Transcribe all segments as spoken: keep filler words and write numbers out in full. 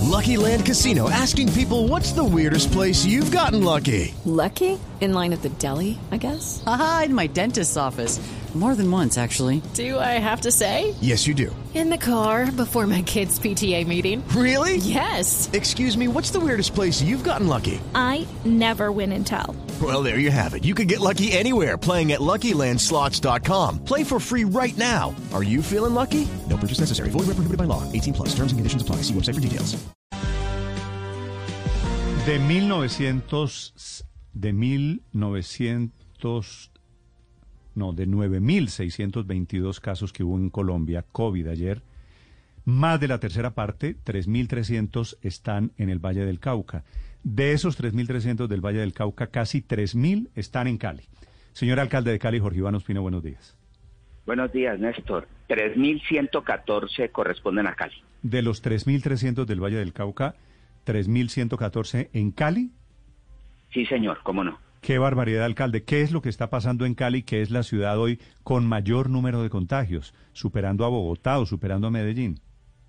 Lucky Land Casino, asking people, what's the weirdest place you've gotten lucky? Lucky? In line at the deli, I guess? Aha, in my dentist's office. More than once, actually. Do I have to say? Yes, you do. In the car before my kids' P T A meeting. Really? Yes. Excuse me, what's the weirdest place you've gotten lucky? I never win and tell. Well, there you have it. You can get lucky anywhere, playing at Lucky Land Slots dot com. Play for free right now. Are you feeling lucky? No purchase necessary. Void where prohibited by law. eighteen plus. Terms and conditions apply. See website for details. De mil novecientos, de mil novecientos, no, de nueve mil seiscientos veintidós casos que hubo en Colombia, COVID ayer, más de la tercera parte, tres mil trescientos, están en el Valle del Cauca. De esos tres mil trescientos del Valle del Cauca, casi tres mil están en Cali. Señor alcalde de Cali, Jorge Iván Ospino, buenos días. Buenos días, Néstor. tres mil ciento catorce corresponden a Cali. De los tres mil trescientos del Valle del Cauca, tres mil ciento catorce en Cali. Sí, señor, cómo no. Qué barbaridad, alcalde. ¿Qué es lo que está pasando en Cali, que es la ciudad hoy con mayor número de contagios, superando a Bogotá o superando a Medellín?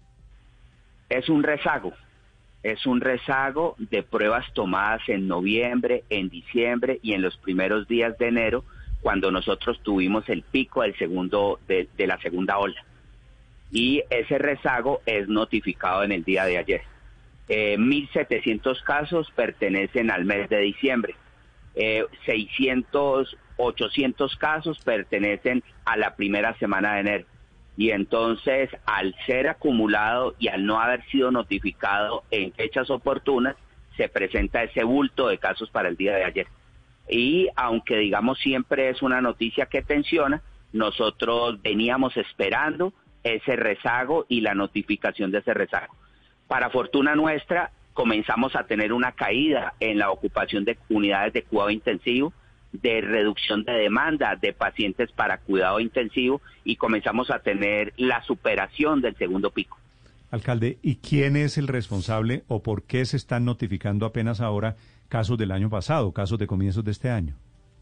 Es un rezago. Es un rezago de pruebas tomadas en noviembre, en diciembre y en los primeros días de enero, cuando nosotros tuvimos el pico del segundo de, de la segunda ola. Y ese rezago es notificado en el día de ayer. Eh, mil setecientos casos pertenecen al mes de diciembre. Eh, seiscientos, ochocientos casos pertenecen a la primera semana de enero. Y entonces, al ser acumulado y al no haber sido notificado en fechas oportunas, se presenta ese bulto de casos para el día de ayer. Y aunque digamos siempre es una noticia que tensiona, nosotros veníamos esperando ese rezago y la notificación de ese rezago. Para fortuna nuestra, comenzamos a tener una caída en la ocupación de unidades de cuidado intensivo, de reducción de demanda de pacientes para cuidado intensivo y comenzamos a tener la superación del segundo pico. Alcalde, ¿y quién es el responsable o por qué se están notificando apenas ahora casos del año pasado, casos de comienzos de este año?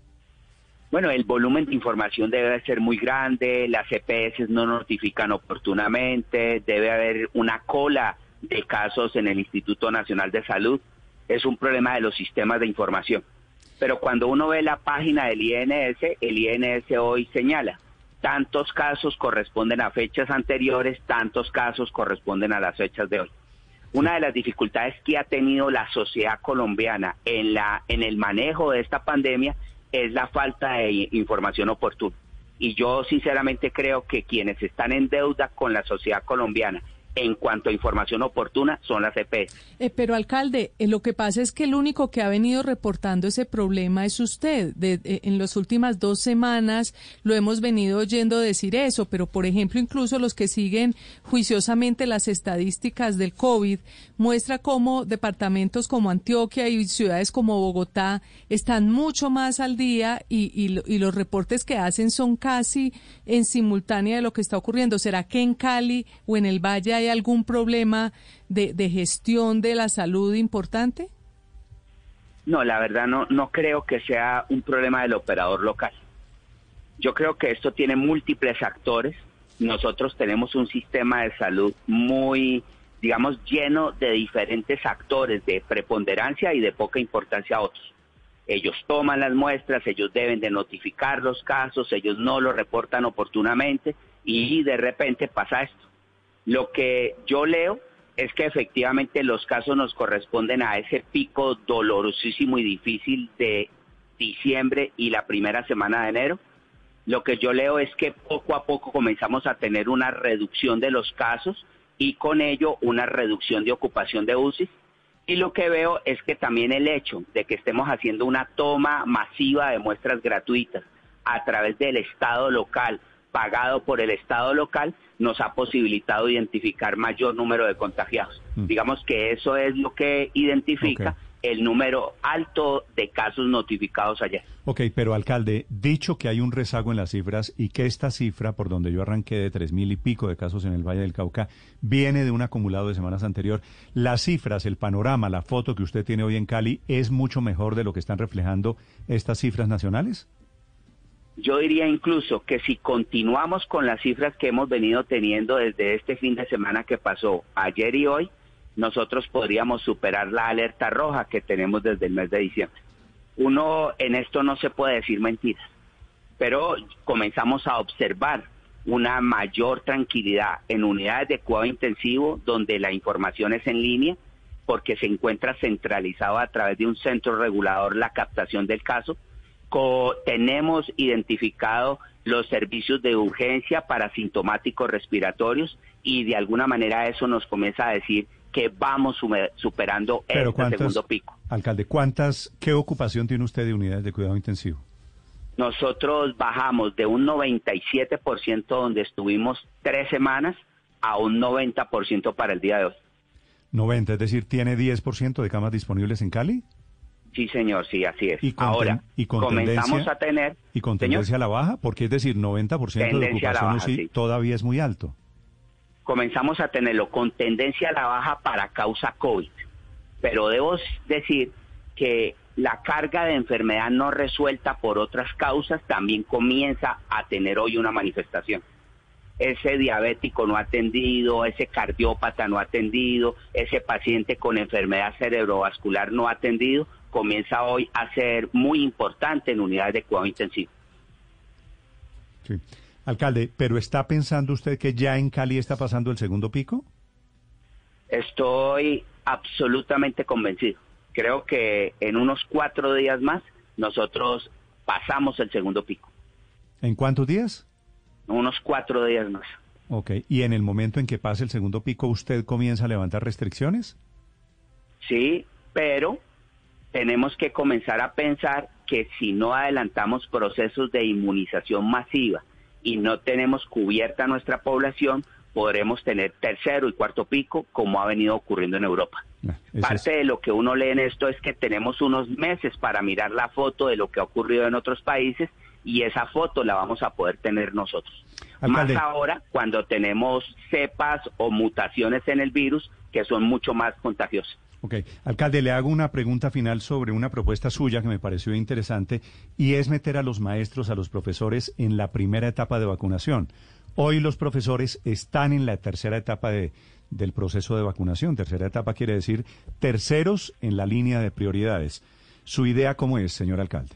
Bueno, el volumen de información debe ser muy grande, las E P S no notifican oportunamente, debe haber una cola de casos en el Instituto Nacional de Salud. Es un problema de los sistemas de información. Pero cuando uno ve la página del I N S, el I N S hoy señala, tantos casos corresponden a fechas anteriores, tantos casos corresponden a las fechas de hoy. Una de las dificultades que ha tenido la sociedad colombiana en la en el manejo de esta pandemia es la falta de información oportuna. Y yo sinceramente creo que quienes están en deuda con la sociedad colombiana en cuanto a información oportuna son las E P S. Eh, pero alcalde, eh, lo que pasa es que el único que ha venido reportando ese problema es usted. De, de, en las últimas dos semanas lo hemos venido oyendo decir eso, pero por ejemplo incluso los que siguen juiciosamente las estadísticas del COVID muestra cómo departamentos como Antioquia y ciudades como Bogotá están mucho más al día y, y, y los reportes que hacen son casi en simultánea de lo que está ocurriendo. ¿Será que en Cali o en el Valle hay algún problema de, de gestión de la salud importante? No, la verdad no, no creo que sea un problema del operador local. Yo creo que esto tiene múltiples actores. Nosotros tenemos un sistema de salud muy, digamos, lleno de diferentes actores de preponderancia y de poca importancia a otros. Ellos toman las muestras, ellos deben de notificar los casos, ellos no lo reportan oportunamente y de repente pasa esto. Lo que yo leo es que efectivamente los casos nos corresponden a ese pico dolorosísimo y difícil de diciembre y la primera semana de enero. Lo que yo leo es que poco a poco comenzamos a tener una reducción de los casos y con ello una reducción de ocupación de U C I. Y lo que veo es que también el hecho de que estemos haciendo una toma masiva de muestras gratuitas a través del Estado local, pagado por el Estado local, nos ha posibilitado identificar mayor número de contagiados. Mm. Digamos que eso es lo que identifica okay. el número alto de casos notificados ayer. Ok, pero alcalde, dicho que hay un rezago en las cifras y que esta cifra, por donde yo arranqué de tres mil y pico de casos en el Valle del Cauca, viene de un acumulado de semanas anterior, las cifras, el panorama, la foto que usted tiene hoy en Cali, ¿es mucho mejor de lo que están reflejando estas cifras nacionales? Yo diría incluso que si continuamos con las cifras que hemos venido teniendo desde este fin de semana que pasó ayer y hoy, nosotros podríamos superar la alerta roja que tenemos desde el mes de diciembre. Uno en esto no se puede decir mentiras, pero comenzamos a observar una mayor tranquilidad en unidades de cuidado intensivo donde la información es en línea porque se encuentra centralizado a través de un centro regulador la captación del caso. Co- tenemos identificado los servicios de urgencia para sintomáticos respiratorios y de alguna manera eso nos comienza a decir que vamos sume- superando Pero este segundo pico. Alcalde, ¿cuántas, qué ocupación tiene usted de unidades de cuidado intensivo? Nosotros bajamos de un noventa y siete por ciento donde estuvimos tres semanas a un noventa por ciento para el día de hoy. noventa, es decir, ¿tiene diez por ciento de camas disponibles en Cali? Sí, señor, sí, así es. ¿Y con, Ahora, ten, y con comenzamos tendencia, a tener... ¿Y con señor, tendencia a la baja? Porque es decir, noventa por ciento de Tendencia a la ocupación baja, U C I sí. todavía es muy alto. comenzamos a tenerlo con tendencia a la baja para causa COVID. Pero debo decir que la carga de enfermedad no resuelta por otras causas también comienza a tener hoy una manifestación. Ese diabético no atendido, ese cardiópata no atendido, ese paciente con enfermedad cerebrovascular no atendido, comienza hoy a ser muy importante en unidades de cuidado intensivo. Sí. Alcalde, ¿pero está pensando usted que ya en Cali está pasando el segundo pico? Estoy absolutamente convencido. Creo que en unos cuatro días más nosotros pasamos el segundo pico. ¿En cuántos días? Unos cuatro días más. Ok, ¿y en el momento en que pase el segundo pico usted comienza a levantar restricciones? Sí, pero tenemos que comenzar a pensar que si no adelantamos procesos de inmunización masiva y no tenemos cubierta nuestra población, podremos tener tercero y cuarto pico, como ha venido ocurriendo en Europa. No, Parte es... de lo que uno lee en esto es que tenemos unos meses para mirar la foto de lo que ha ocurrido en otros países y esa foto la vamos a poder tener nosotros. Alcalde. Más ahora cuando tenemos cepas o mutaciones en el virus que son mucho más contagiosas. Ok, alcalde, le hago una pregunta final sobre una propuesta suya que me pareció interesante y es meter a los maestros, a los profesores en la primera etapa de vacunación. Hoy los profesores están en la tercera etapa de, del proceso de vacunación. Tercera etapa quiere decir terceros en la línea de prioridades. ¿Su idea cómo es, señor alcalde?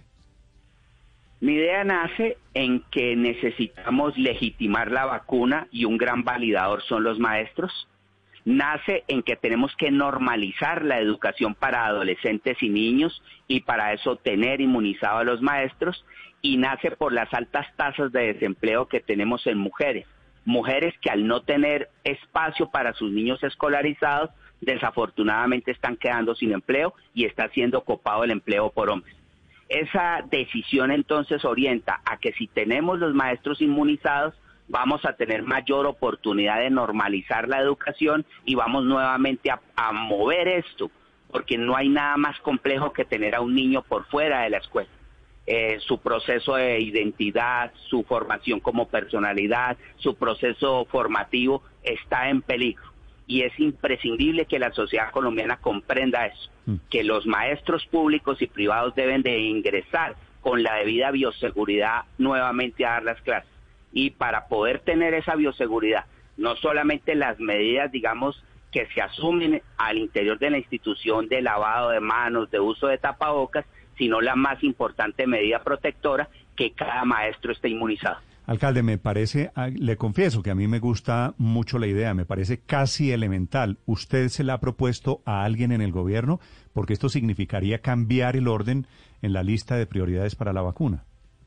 Mi idea nace en que necesitamos legitimar la vacuna y un gran validador son los maestros. Nace en que tenemos que normalizar la educación para adolescentes y niños y para eso tener inmunizados a los maestros, y nace por las altas tasas de desempleo que tenemos en mujeres. Mujeres que al no tener espacio para sus niños escolarizados, desafortunadamente están quedando sin empleo y está siendo copado el empleo por hombres. Esa decisión entonces orienta a que si tenemos los maestros inmunizados, vamos a tener mayor oportunidad de normalizar la educación y vamos nuevamente a, a mover esto, porque no hay nada más complejo que tener a un niño por fuera de la escuela. Eh, su proceso de identidad, su formación como personalidad, su proceso formativo está en peligro. Y es imprescindible que la sociedad colombiana comprenda eso, mm. que los maestros públicos y privados deben de ingresar con la debida bioseguridad nuevamente a dar las clases. Y para poder tener esa bioseguridad, no solamente las medidas, digamos, que se asumen al interior de la institución de lavado de manos, de uso de tapabocas, sino la más importante medida protectora, que cada maestro esté inmunizado. Alcalde, me parece, le confieso que a mí me gusta mucho la idea, me parece casi elemental. ¿Usted se la ha propuesto a alguien en el gobierno? Porque esto significaría cambiar el orden en la lista de prioridades para la vacuna.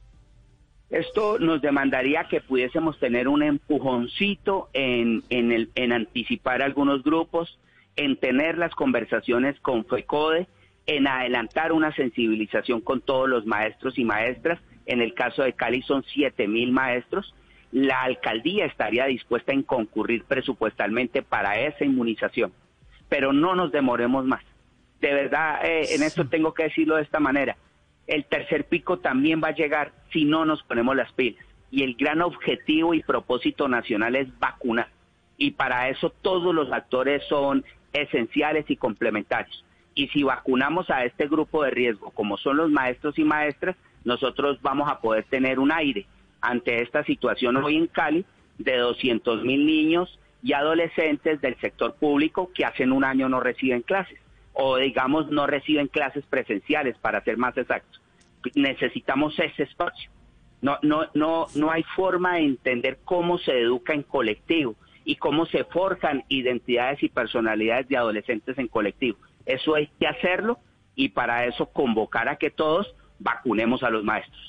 Esto nos demandaría que pudiésemos tener un empujoncito en, en, el, en anticipar algunos grupos, en tener las conversaciones con FECODE, en adelantar una sensibilización con todos los maestros y maestras. En el caso de Cali son siete mil maestros. La alcaldía estaría dispuesta en concurrir presupuestalmente para esa inmunización, pero no nos demoremos más. De verdad, eh, en esto tengo que decirlo de esta manera. El tercer pico también va a llegar si no nos ponemos las pilas. Y el gran objetivo y propósito nacional es vacunar. Y para eso todos los actores son esenciales y complementarios. Y si vacunamos a este grupo de riesgo, como son los maestros y maestras, nosotros vamos a poder tener un aire ante esta situación hoy en Cali de doscientos mil niños y adolescentes del sector público que hace un año no reciben clases, o digamos no reciben clases presenciales, para ser más exactos. Necesitamos ese espacio. No, no, no, no hay forma de entender cómo se educa en colectivo y cómo se forjan identidades y personalidades de adolescentes en colectivo. Eso hay que hacerlo, y para eso convocar a que todos vacunemos a los maestros.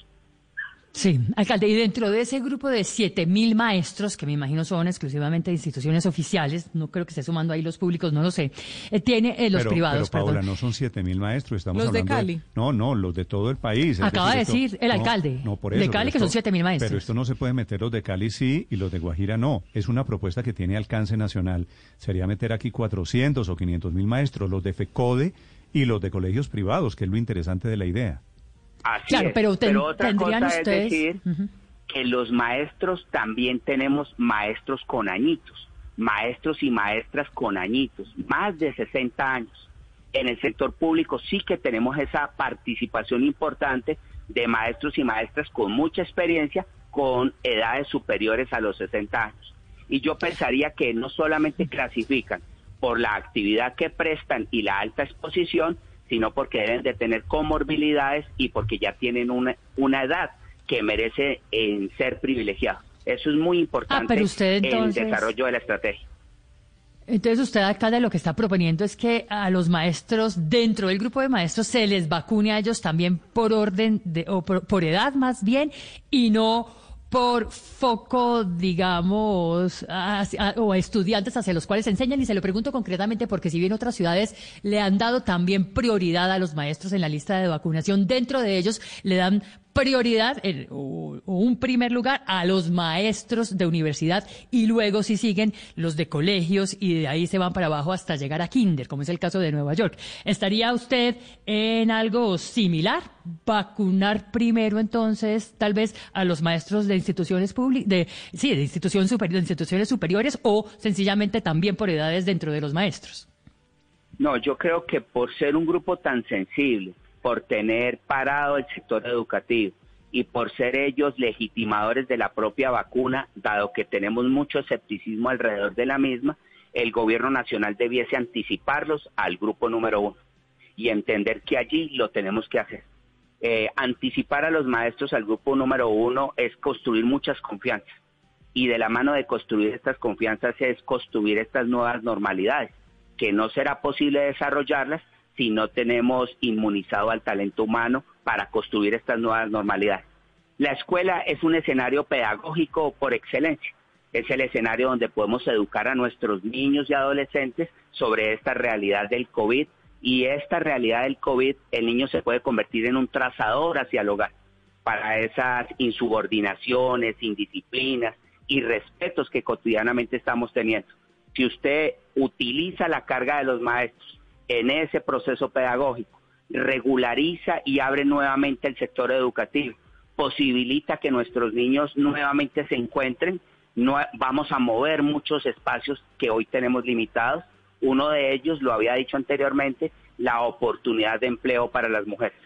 Sí, alcalde, y dentro de ese grupo de siete mil maestros, que me imagino son exclusivamente de instituciones oficiales, no creo que esté sumando ahí los públicos, no lo sé, eh, tiene eh, los pero, privados, pero, Paola, perdón. no son siete mil maestros, estamos los hablando de Cali. De, no, no, los de todo el país. Acaba de decir esto, el no, alcalde no, por eso, de Cali esto, que son siete mil maestros. Pero esto no se puede meter los de Cali sí y los de Guajira no. Es una propuesta que tiene alcance nacional. Sería meter aquí cuatrocientos o quinientos mil maestros, los de FECODE y los de colegios privados, que es lo interesante de la idea. Así claro, es. pero, ten, pero otra tendrían cosa ustedes... es decir uh-huh. que los maestros también tenemos maestros con añitos, maestros y maestras con añitos, más de sesenta años. En el sector público sí que tenemos esa participación importante de maestros y maestras con mucha experiencia, con edades superiores a los sesenta años. Y yo pensaría que no solamente clasifican por la actividad que prestan y la alta exposición, sino porque deben de tener comorbilidades y porque ya tienen una, una edad que merece en ser privilegiados. Eso es muy importante ah, pero usted, entonces, en el desarrollo de la estrategia. Entonces usted, alcalde, lo que está proponiendo es que a los maestros, dentro del grupo de maestros, se les vacune a ellos también por orden, de, o por, por edad más bien, y no por foco, digamos, a, a, o a estudiantes hacia los cuales se enseñan. Y se lo pregunto concretamente porque si bien otras ciudades le han dado también prioridad a los maestros en la lista de vacunación, dentro de ellos le dan prioridad eh, o, o un primer lugar a los maestros de universidad, y luego sí siguen los de colegios, y de ahí se van para abajo hasta llegar a kinder, como es el caso de Nueva York. ¿Estaría usted en algo similar? ¿Vacunar primero entonces tal vez a los maestros de instituciones públicas, de sí, de instituciones superiores, de instituciones superiores, o sencillamente también por edades dentro de los maestros? No, yo creo que por ser un grupo tan sensible, por tener parado el sector educativo y por ser ellos legitimadores de la propia vacuna, dado que tenemos mucho escepticismo alrededor de la misma, el gobierno nacional debiese anticiparlos al grupo número uno y entender que allí lo tenemos que hacer. Eh, anticipar a los maestros al grupo número uno es construir muchas confianzas, y de la mano de construir estas confianzas es construir estas nuevas normalidades, que no será posible desarrollarlas si no tenemos inmunizado al talento humano para construir estas nuevas normalidades. La escuela es un escenario pedagógico por excelencia. Es el escenario donde podemos educar a nuestros niños y adolescentes sobre esta realidad del COVID, y esta realidad del COVID, el niño se puede convertir en un trazador hacia el hogar para esas insubordinaciones, indisciplinas y respetos que cotidianamente estamos teniendo. Si usted utiliza la carga de los maestros en ese proceso pedagógico, regulariza y abre nuevamente el sector educativo, posibilita que nuestros niños nuevamente se encuentren, no, vamos a mover muchos espacios que hoy tenemos limitados. Uno de ellos, lo había dicho anteriormente, la oportunidad de empleo para las mujeres.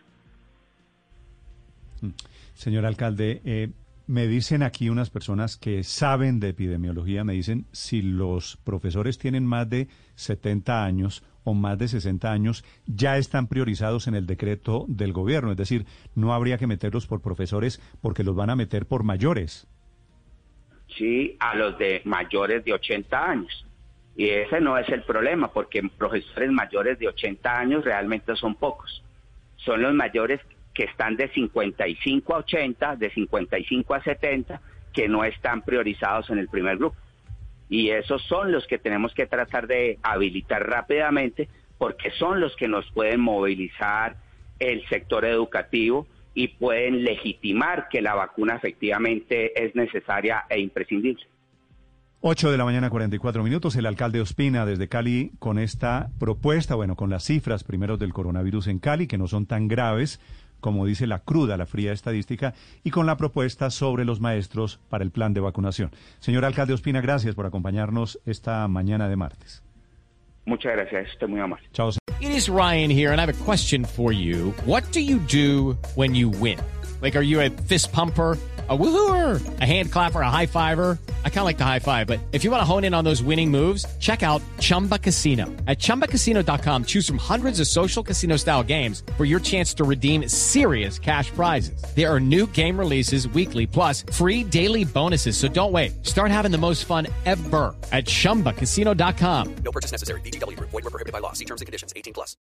Señor alcalde, eh, me dicen aquí unas personas que saben de epidemiología, me dicen si los profesores tienen más de setenta años o más de sesenta años, ya están priorizados en el decreto del gobierno. Es decir, no habría que meterlos por profesores porque los van a meter por mayores. Sí, a los de mayores de ochenta años. Y ese no es el problema, porque profesores mayores de ochenta años realmente son pocos. Son los mayores que están de cincuenta y cinco a ochenta, de cincuenta y cinco a setenta, que no están priorizados en el primer grupo. Y esos son los que tenemos que tratar de habilitar rápidamente, porque son los que nos pueden movilizar el sector educativo y pueden legitimar que la vacuna efectivamente es necesaria e imprescindible. ocho de la mañana, cuarenta y cuatro minutos. El alcalde Ospina desde Cali con esta propuesta, bueno, con las cifras primero del coronavirus en Cali, que no son tan graves como dice la cruda, la fría estadística, y con la propuesta sobre los maestros para el plan de vacunación. Señor alcalde Ospina, gracias por acompañarnos esta mañana de martes. Muchas gracias, estoy muy amable. Chao. It is Ryan here, and I have a question for you. What do you do when you win? Like, are you a fist pumper? A woohooer, a hand clapper, a high fiver. I kind of like the high five, but if you want to hone in on those winning moves, check out Chumba Casino. At chumba casino dot com, choose from hundreds of social casino style games for your chance to redeem serious cash prizes. There are new game releases weekly, plus free daily bonuses. So don't wait. Start having the most fun ever at chumba casino dot com. No purchase necessary. V G W Group. Void where prohibited by law. See terms and conditions. eighteen plus.